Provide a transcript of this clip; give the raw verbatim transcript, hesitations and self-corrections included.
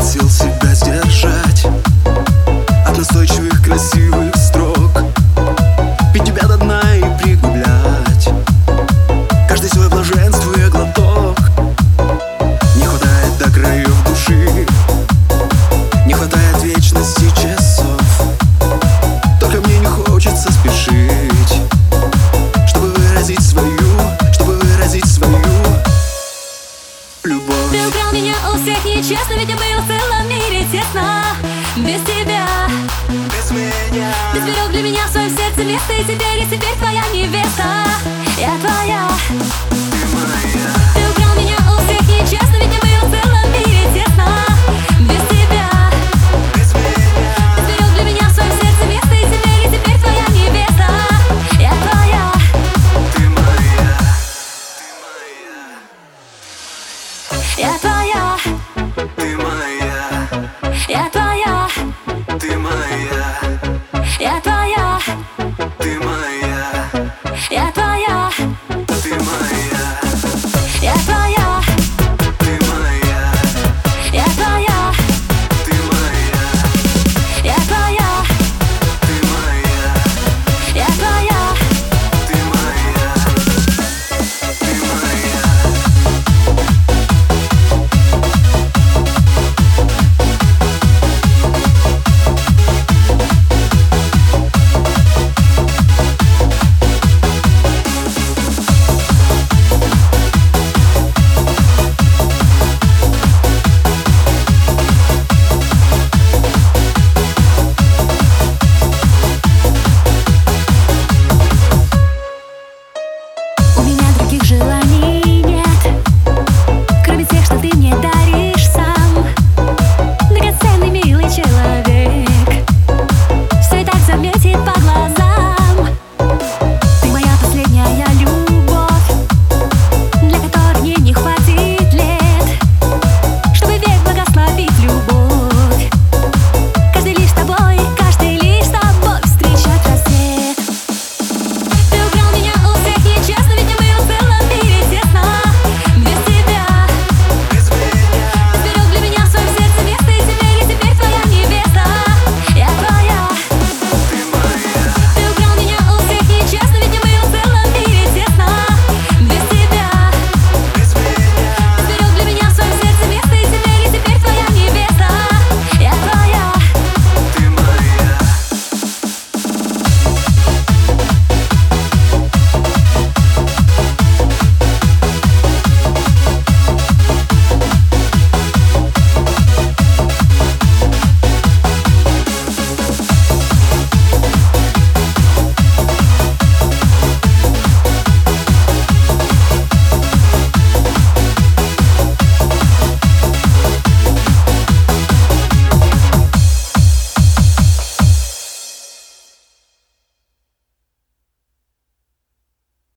сил себя сдержать от настойчивых красивых строк, пить тебя до дна и пригублять каждый свой блаженствуя глоток. Не хватает до краев души, не хватает вечности часов, только мне не хочется спешить, чтобы выразить свою, чтобы выразить свою любовь. Ты украл меня у всех нечестно, ведь я был в целом мире тесно. Без тебя, без меня. Ты сберег для меня в своем сердце место, и теперь, и теперь твоя невеста. Я твоя, Ты моя.